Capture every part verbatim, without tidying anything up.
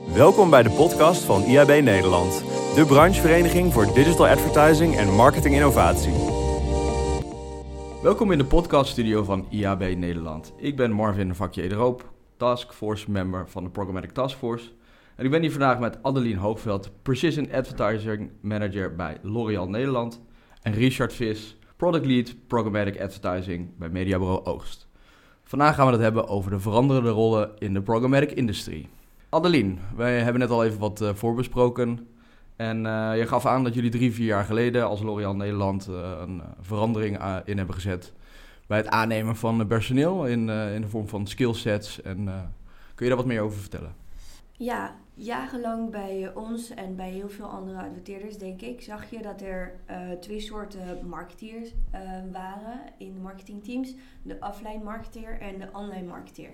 Welkom bij de podcast van I A B Nederland, de branchevereniging voor digital advertising en marketing innovatie. Welkom in de podcaststudio van I A B Nederland. Ik ben Marvin Vakje Ederoop, Taskforce member van de Programmatic Taskforce. En ik ben hier vandaag met Adeline Hoogveld, Precision Advertising Manager bij L'Oréal Nederland. En Richard Vis, Product Lead Programmatic Advertising bij Mediabureau Oogst. Vandaag gaan we het hebben over de veranderende rollen in de programmatic industrie. Adeline, wij hebben net al even wat uh, voorbesproken. En uh, je gaf aan dat jullie drie, vier jaar geleden als L'Oréal Nederland uh, een uh, verandering uh, in hebben gezet bij het aannemen van uh, personeel in, uh, in de vorm van skillsets. En uh, kun je daar wat meer over vertellen? Ja, jarenlang bij ons en bij heel veel andere adverteerders, denk ik, zag je dat er uh, twee soorten marketeers uh, waren in de marketingteams. De offline marketeer en de online marketeer.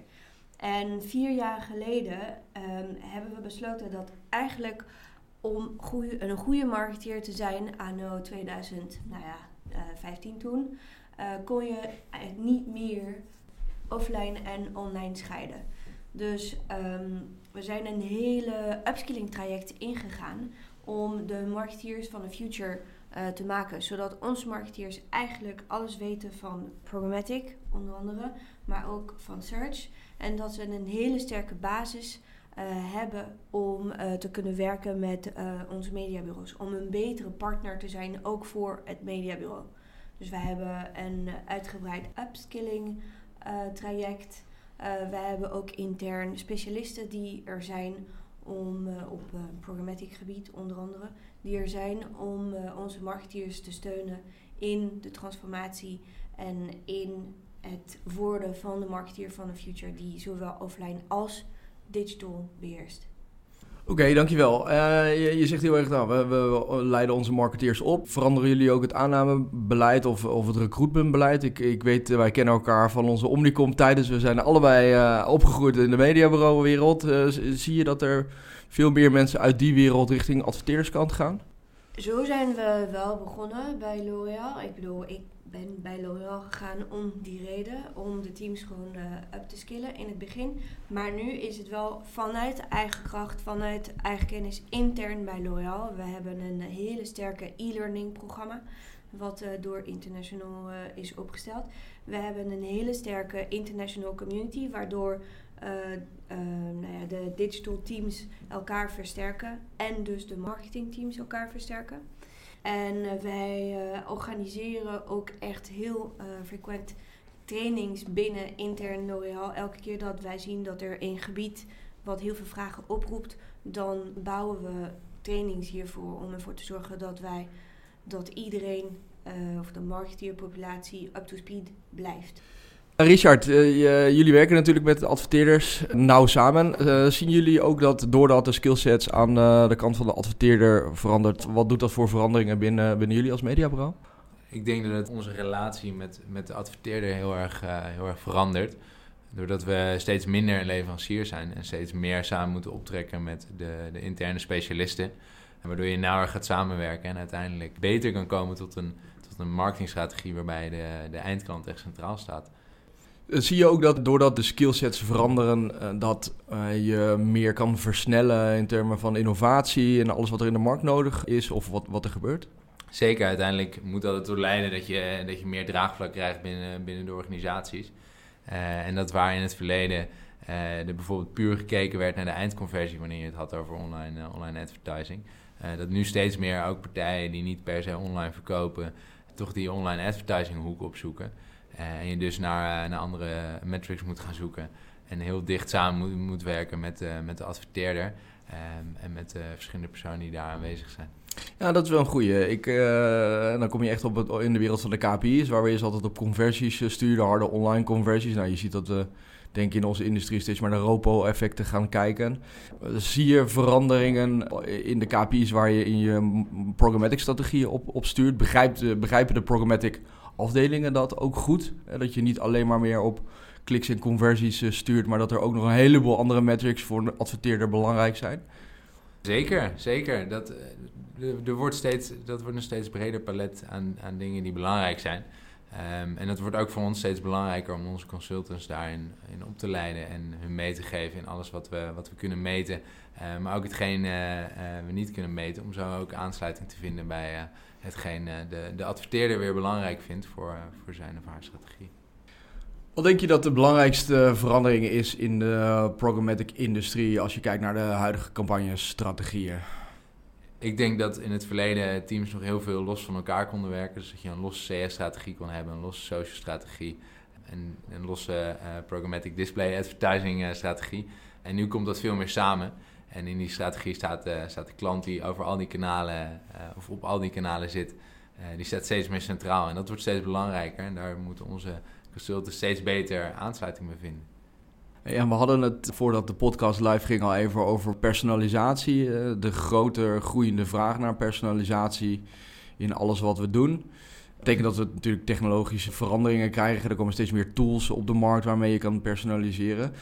En vier jaar geleden um, hebben we besloten dat eigenlijk om goeie, een goede marketeer te zijn anno tweeduizend vijftien toen, uh, kon je niet meer offline en online scheiden. Dus um, we zijn een hele upskilling traject ingegaan om de marketeers van de future uh, te maken. Zodat onze marketeers eigenlijk alles weten van programmatic, onder andere, maar ook van search. En dat ze een hele sterke basis uh, hebben om uh, te kunnen werken met uh, onze mediabureaus. Om een betere partner te zijn, ook voor het mediabureau. Dus wij hebben een uitgebreid upskilling uh, traject. Uh, wij hebben ook intern specialisten die er zijn om uh, op uh, programmatic gebied onder andere, die er zijn om uh, onze marketeers te steunen in de transformatie en in het worden van de marketeer van de future die zowel offline als digital beheerst. Oké, okay, dankjewel. Uh, je, je zegt heel erg, nou, we, we leiden onze marketeers op. Veranderen jullie ook het aannamebeleid of, of het recruitmentbeleid? Ik, ik weet, wij kennen elkaar van onze Omnicom tijdens. We zijn allebei uh, opgegroeid in de mediabureauwereld. Uh, zie je dat er veel meer mensen uit die wereld richting adverteerderskant gaan? Zo zijn we wel begonnen bij L'Oréal. Ik bedoel, ik ben bij L'Oréal gegaan om die reden, om de teams gewoon uh, up te skillen in het begin. Maar nu is het wel vanuit eigen kracht, vanuit eigen kennis intern bij L'Oréal. We hebben een hele sterke e-learning programma, wat uh, door International uh, is opgesteld. We hebben een hele sterke international community, waardoor uh, uh, nou ja, de digital teams elkaar versterken en dus de marketingteams elkaar versterken. En uh, wij uh, organiseren ook echt heel uh, frequent trainings binnen intern L'Oréal. Elke keer dat wij zien dat er een gebied wat heel veel vragen oproept, dan bouwen we trainings hiervoor om ervoor te zorgen dat wij, dat iedereen, uh, of de marketeerpopulatie, up to speed blijft. Richard, uh, jullie werken natuurlijk met adverteerders nauw samen. Uh, zien jullie ook dat doordat de skillsets aan uh, de kant van de adverteerder verandert, wat doet dat voor veranderingen binnen, binnen jullie als mediabureau? Ik denk dat het onze relatie met, met de adverteerder heel erg, uh, heel erg verandert. Doordat we steeds minder een leverancier zijn en steeds meer samen moeten optrekken met de, de interne specialisten. En waardoor je nauwer gaat samenwerken en uiteindelijk beter kan komen tot een, tot een marketingstrategie waarbij de, de eindklant echt centraal staat. Zie je ook dat doordat de skillsets veranderen, uh, dat uh, je meer kan versnellen in termen van innovatie en alles wat er in de markt nodig is of wat, wat er gebeurt? Zeker, uiteindelijk moet dat ertoe leiden dat je, dat je meer draagvlak krijgt binnen, binnen de organisaties. Uh, en dat waar in het verleden uh, er bijvoorbeeld puur gekeken werd naar de eindconversie wanneer je het had over online, uh, online advertising. Uh, dat nu steeds meer ook partijen die niet per se online verkopen, toch die online advertising hoek opzoeken. Uh, en je dus naar, uh, naar andere metrics moet gaan zoeken. En heel dicht samen moet, moet werken met, uh, met de adverteerder. Um, en met de uh, verschillende personen die daar aanwezig zijn. Ja, dat is wel een goeie. Ik, uh, dan kom je echt op het, in de wereld van de K P I's, waar we eerst altijd op conversies uh, sturen, harde online conversies. Nou, je ziet dat we, denk ik, in onze industrie steeds maar naar R O P O-effecten gaan kijken. Uh, zie je veranderingen in de K P I's waar je in je programmatic strategieën op, op stuurt? Begrijpt, uh, begrijpen de programmatic afdelingen dat ook goed? Uh, dat je niet alleen maar meer op kliks en conversies uh, stuurt, maar dat er ook nog een heleboel andere metrics voor een adverteerder belangrijk zijn? Zeker, zeker. Dat, uh, er wordt steeds, dat wordt een steeds breder palet aan, aan dingen die belangrijk zijn. Um, en het wordt ook voor ons steeds belangrijker om onze consultants daarin in op te leiden en hun mee te geven in alles wat we, wat we kunnen meten. Uh, maar ook hetgeen uh, uh, we niet kunnen meten, om zo ook aansluiting te vinden bij uh, hetgeen uh, de, de adverteerder weer belangrijk vindt voor, uh, voor zijn of haar strategie. Wat denk je dat de belangrijkste verandering is in de programmatic industrie als je kijkt naar de huidige campagnestrategieën? Ik denk dat in het verleden teams nog heel veel los van elkaar konden werken. Dus dat je een losse C S-strategie kon hebben, een losse social strategie en een losse uh, programmatic display advertising uh, strategie. En nu komt dat veel meer samen. En in die strategie staat, uh, staat de klant die over al die kanalen, uh, of op al die kanalen zit, uh, die staat steeds meer centraal. En dat wordt steeds belangrijker. En daar moeten onze consultants steeds beter aansluiting mee vinden. Ja, we hadden het voordat de podcast live ging al even over personalisatie. De grote groeiende vraag naar personalisatie in alles wat we doen. Dat betekent dat we natuurlijk technologische veranderingen krijgen. Er komen steeds meer tools op de markt waarmee je kan personaliseren.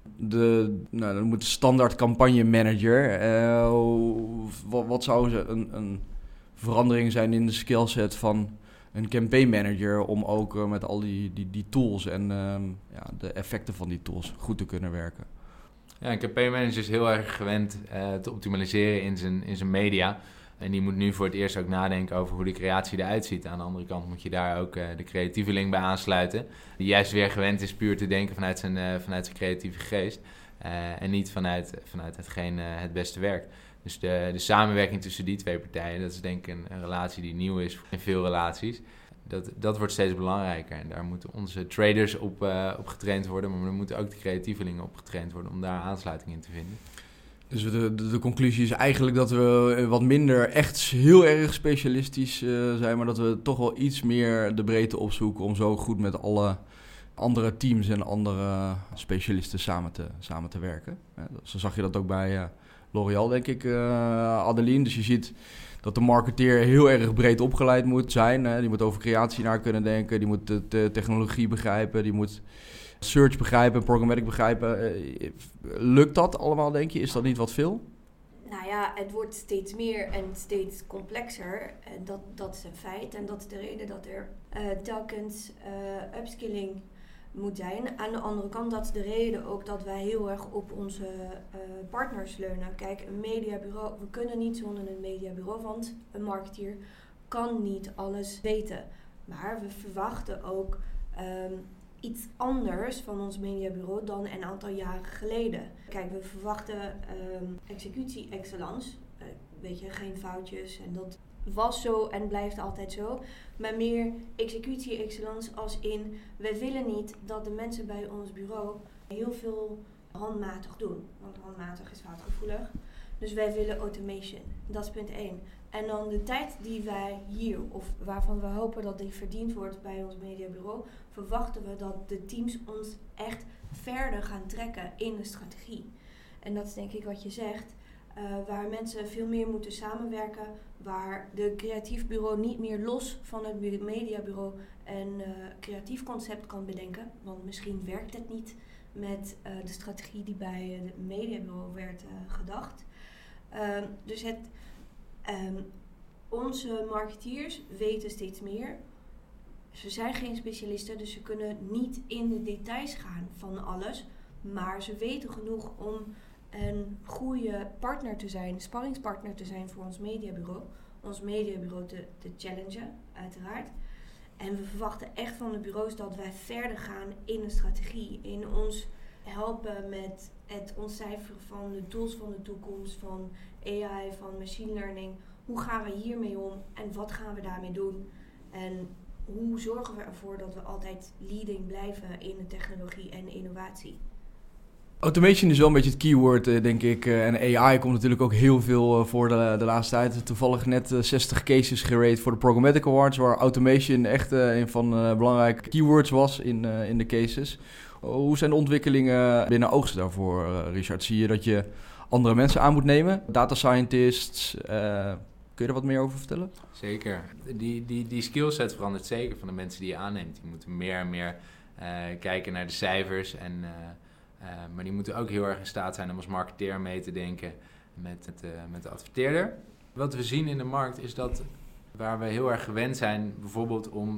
De, nou, dan moet de standaard campagne manager. Uh, wat, wat zou een, een verandering zijn in de skillset van een campaign manager om ook uh, met al die, die, die tools en uh, ja, de effecten van die tools goed te kunnen werken? Ja, een campaign manager is heel erg gewend uh, te optimaliseren in zijn, in zijn media. En die moet nu voor het eerst ook nadenken over hoe de creatie eruit ziet. Aan de andere kant moet je daar ook uh, de creatieveling bij aansluiten. Die juist weer gewend is puur te denken vanuit zijn, uh, vanuit zijn creatieve geest. Uh, en niet vanuit, vanuit hetgeen uh, het beste werkt. Dus de, de samenwerking tussen die twee partijen, dat is denk ik een, een relatie die nieuw is in veel relaties. Dat, dat wordt steeds belangrijker. En daar moeten onze traders op, uh, op getraind worden, maar er moeten ook de creatievelingen op getraind worden om daar aansluiting in te vinden. Dus de, de, de conclusie is eigenlijk dat we wat minder echt heel erg specialistisch uh, zijn, maar dat we toch wel iets meer de breedte opzoeken om zo goed met alle andere teams en andere specialisten samen te, samen te werken. Ja, zo zag je dat ook bij uh, L'Oréal, denk ik, uh, Adeline. Dus je ziet dat de marketeer heel erg breed opgeleid moet zijn. Hè. Die moet over creatie naar kunnen denken, die moet de, de technologie begrijpen, die moet search begrijpen, programmatic begrijpen. Uh, lukt dat allemaal, denk je? Is dat niet wat veel? Nou ja, het wordt steeds meer en steeds complexer. En dat, dat is een feit. En dat is de reden dat er uh, telkens uh, upskilling moet zijn. Aan de andere kant, dat is de reden ook dat wij heel erg op onze uh, partners leunen. Kijk, een mediabureau, we kunnen niet zonder een mediabureau, want een marketeer kan niet alles weten. Maar we verwachten ook um, iets anders van ons mediabureau dan een aantal jaren geleden. Kijk, we verwachten um, executie-excellence. Uh, weet je, geen foutjes. En dat was zo en blijft altijd zo. Maar meer executie-excellence als in, wij willen niet dat de mensen bij ons bureau heel veel handmatig doen. Want handmatig is foutgevoelig. Dus wij willen automation. Dat is punt één. En dan de tijd die wij hier, of waarvan we hopen dat die verdiend wordt bij ons mediabureau, verwachten we dat de teams ons echt verder gaan trekken in de strategie. En dat is denk ik wat je zegt, uh, waar mensen veel meer moeten samenwerken, waar de creatief bureau niet meer los van het mediabureau een uh, creatief concept kan bedenken. Want misschien werkt het niet met uh, de strategie die bij uh, het mediabureau werd uh, gedacht. Uh, dus het... Um, onze marketeers weten steeds meer. Ze zijn geen specialisten, dus ze kunnen niet in de details gaan van alles. Maar ze weten genoeg om een goede partner te zijn, sparringspartner te zijn voor ons mediabureau. Ons mediabureau te, te challengen, uiteraard. En we verwachten echt van de bureaus dat wij verder gaan in de strategie. In ons helpen met het ontcijferen van de tools van de toekomst, van A I, van machine learning. Hoe gaan we hiermee om en wat gaan we daarmee doen? En hoe zorgen we ervoor dat we altijd leading blijven in de technologie en innovatie? Automation is wel een beetje het keyword, denk ik. En A I komt natuurlijk ook heel veel voor de, de laatste tijd. Toevallig net zestig cases gerate voor de Programmatic Awards, waar automation echt een van de belangrijke keywords was in, in de cases. Hoe zijn de ontwikkelingen binnen oogsten daarvoor, Richard? Zie je dat je andere mensen aan moet nemen? Data scientists, uh, kun je er wat meer over vertellen? Zeker. Die, die, die skillset verandert zeker van de mensen die je aanneemt. Die moeten meer en meer uh, kijken naar de cijfers. En, uh, uh, maar die moeten ook heel erg in staat zijn om als marketeer mee te denken met, het, uh, met de adverteerder. Wat we zien in de markt is dat waar we heel erg gewend zijn, bijvoorbeeld om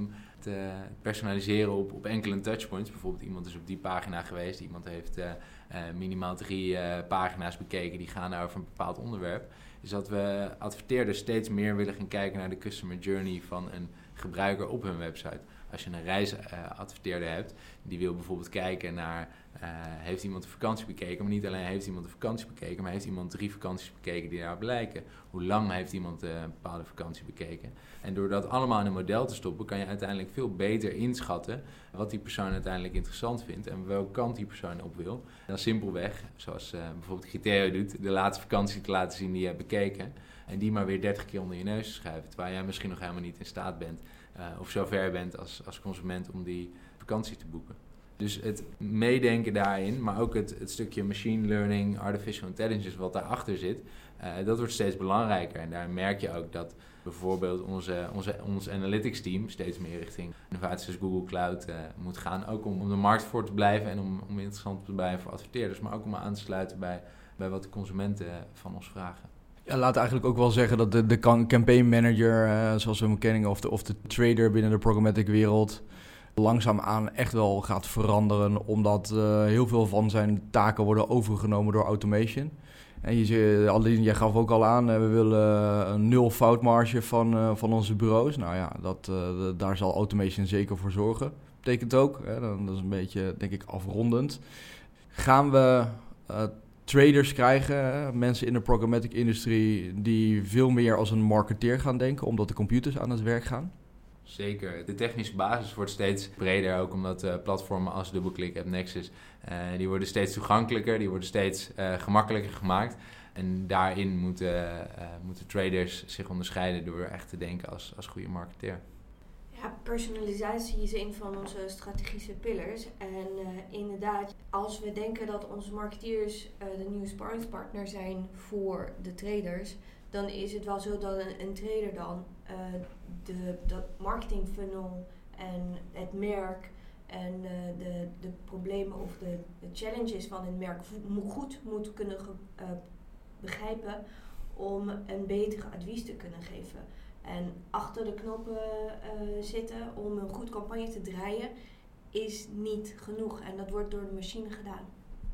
het uh, personaliseren op, op enkele touchpoints. Bijvoorbeeld iemand is op die pagina geweest, iemand heeft uh, uh, minimaal drie uh, pagina's bekeken die gaan over een bepaald onderwerp. Is dat we adverteerders steeds meer willen gaan kijken naar de customer journey van een gebruiker op hun website. Als je een reisadverteerder uh, hebt, die wil bijvoorbeeld kijken naar, uh, heeft iemand een vakantie bekeken, maar niet alleen heeft iemand een vakantie bekeken, maar heeft iemand drie vakanties bekeken die daarop lijken. Hoe lang heeft iemand uh, een bepaalde vakantie bekeken? En door dat allemaal in een model te stoppen, kan je uiteindelijk veel beter inschatten wat die persoon uiteindelijk interessant vindt en welke kant die persoon op wil. Dan simpelweg, zoals uh, bijvoorbeeld Criteo doet, de laatste vakantie te laten zien die je hebt bekeken en die maar weer dertig keer onder je neus te schuiven, terwijl jij misschien nog helemaal niet in staat bent uh, of zo ver bent als, als consument om die vakantie te boeken. Dus het meedenken daarin, maar ook het, het stukje machine learning, artificial intelligence wat daarachter zit, uh, dat wordt steeds belangrijker. En daar merk je ook dat bijvoorbeeld onze, onze, ons analytics team steeds meer richting innovaties als Google Cloud uh, moet gaan. Ook om, om de markt voor te blijven en om, om interessant te blijven voor adverteerders, maar ook om aan te sluiten bij, bij wat de consumenten van ons vragen. Ja, laat eigenlijk ook wel zeggen dat de, de campaign manager, uh, zoals we hem kennen, of de, of de trader binnen de programmatic wereld langzaamaan echt wel gaat veranderen, omdat uh, heel veel van zijn taken worden overgenomen door automation. En je, Adeline, jij gaf ook al aan, uh, we willen een nul foutmarge van, uh, van onze bureaus. Nou ja, dat, uh, daar zal automation zeker voor zorgen. Betekent ook, hè, dat is een beetje, denk ik, afrondend. Gaan we uh, traders krijgen, hè, mensen in de programmatic industrie, die veel meer als een marketeer gaan denken, omdat de computers aan het werk gaan? Zeker. De technische basis wordt steeds breder, ook omdat uh, platformen als DoubleClick, AppNexus, uh, die worden steeds toegankelijker, die worden steeds uh, gemakkelijker gemaakt. En daarin moeten, uh, moeten traders zich onderscheiden door echt te denken als, als goede marketeer. Ja, personalisatie is een van onze strategische pillars. En uh, inderdaad, als we denken dat onze marketeers uh, de nieuwe sparringspartner zijn voor de traders, dan is het wel zo dat een, een trader dan uh, de, de marketing funnel en het merk en uh, de, de problemen of de, de challenges van het merk vo- goed moet kunnen ge, uh, begrijpen om een beter advies te kunnen geven. En achter de knoppen uh, zitten om een goed campagne te draaien is niet genoeg. En dat wordt door de machine gedaan.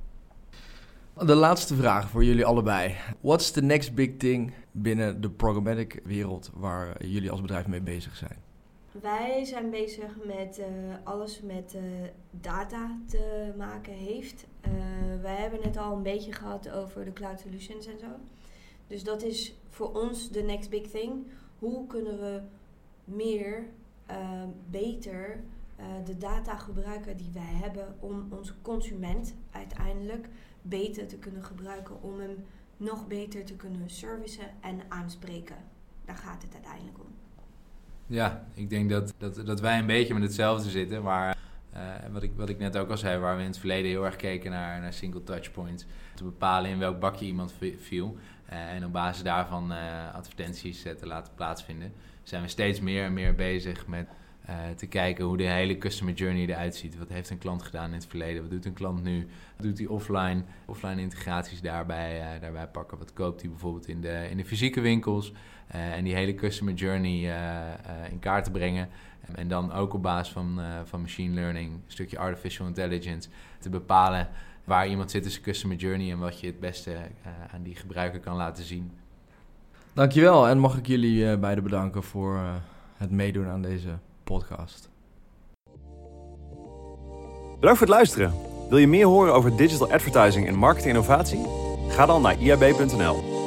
De laatste vraag voor jullie allebei. What's the next big thing binnen de programmatic wereld waar jullie als bedrijf mee bezig zijn? Wij zijn bezig met uh, alles met uh, data te maken heeft. Uh, wij hebben het al een beetje gehad over de cloud solutions en zo. Dus dat is voor ons de next big thing. Hoe kunnen we meer, uh, beter uh, de data gebruiken die wij hebben om onze consument uiteindelijk beter te kunnen gebruiken om hem nog beter te kunnen servicen en aanspreken. Daar gaat het uiteindelijk om. Ja, ik denk dat, dat, dat wij een beetje met hetzelfde zitten, maar uh, wat, ik, wat ik net ook al zei, waar we in het verleden heel erg keken naar, naar single touchpoints, te bepalen in welk bakje iemand viel uh, en op basis daarvan uh, advertenties uh, te laten plaatsvinden, zijn we steeds meer en meer bezig met uh, te kijken hoe de hele customer journey eruit ziet. Wat heeft een klant gedaan in het verleden? Wat doet een klant nu? Wat doet hij offline? Offline integraties daarbij, uh, daarbij pakken. Wat koopt hij bijvoorbeeld in de, in de fysieke winkels? Uh, en die hele customer journey uh, uh, in kaart te brengen. Um, en dan ook op basis van, uh, van machine learning, een stukje artificial intelligence, te bepalen waar iemand zit in zijn customer journey en wat je het beste uh, aan die gebruiker kan laten zien. Dankjewel en mag ik jullie uh, beiden bedanken voor uh, het meedoen aan deze podcast. Bedankt voor het luisteren. Wil je meer horen over digital advertising en marketing innovatie? Ga dan naar i a b punt n l.